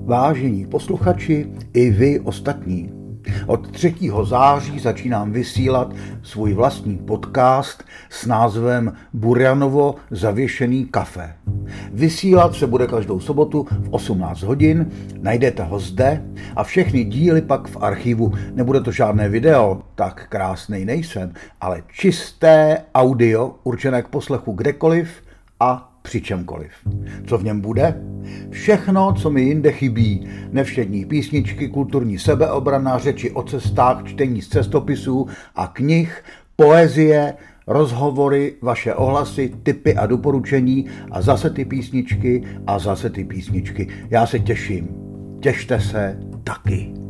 Vážení posluchači, i vy ostatní. Od 3. září začínám vysílat svůj vlastní podcast s názvem Burjanovo zavěšený kafe. Vysílat se bude každou sobotu v 18 hodin, najdete ho zde a všechny díly pak v archivu. Nebude to žádné video, tak krásnej nejsem, ale čisté audio určené k poslechu kdekoliv a při čemkoliv. Co v něm bude? Všechno, co mi jinde chybí. Nevšední písničky, kulturní sebeobrana, řeči o cestách, čtení z cestopisů a knih, poezie, rozhovory, vaše ohlasy, tipy a doporučení a zase ty písničky a zase ty písničky. Já se těším. Těšte se taky.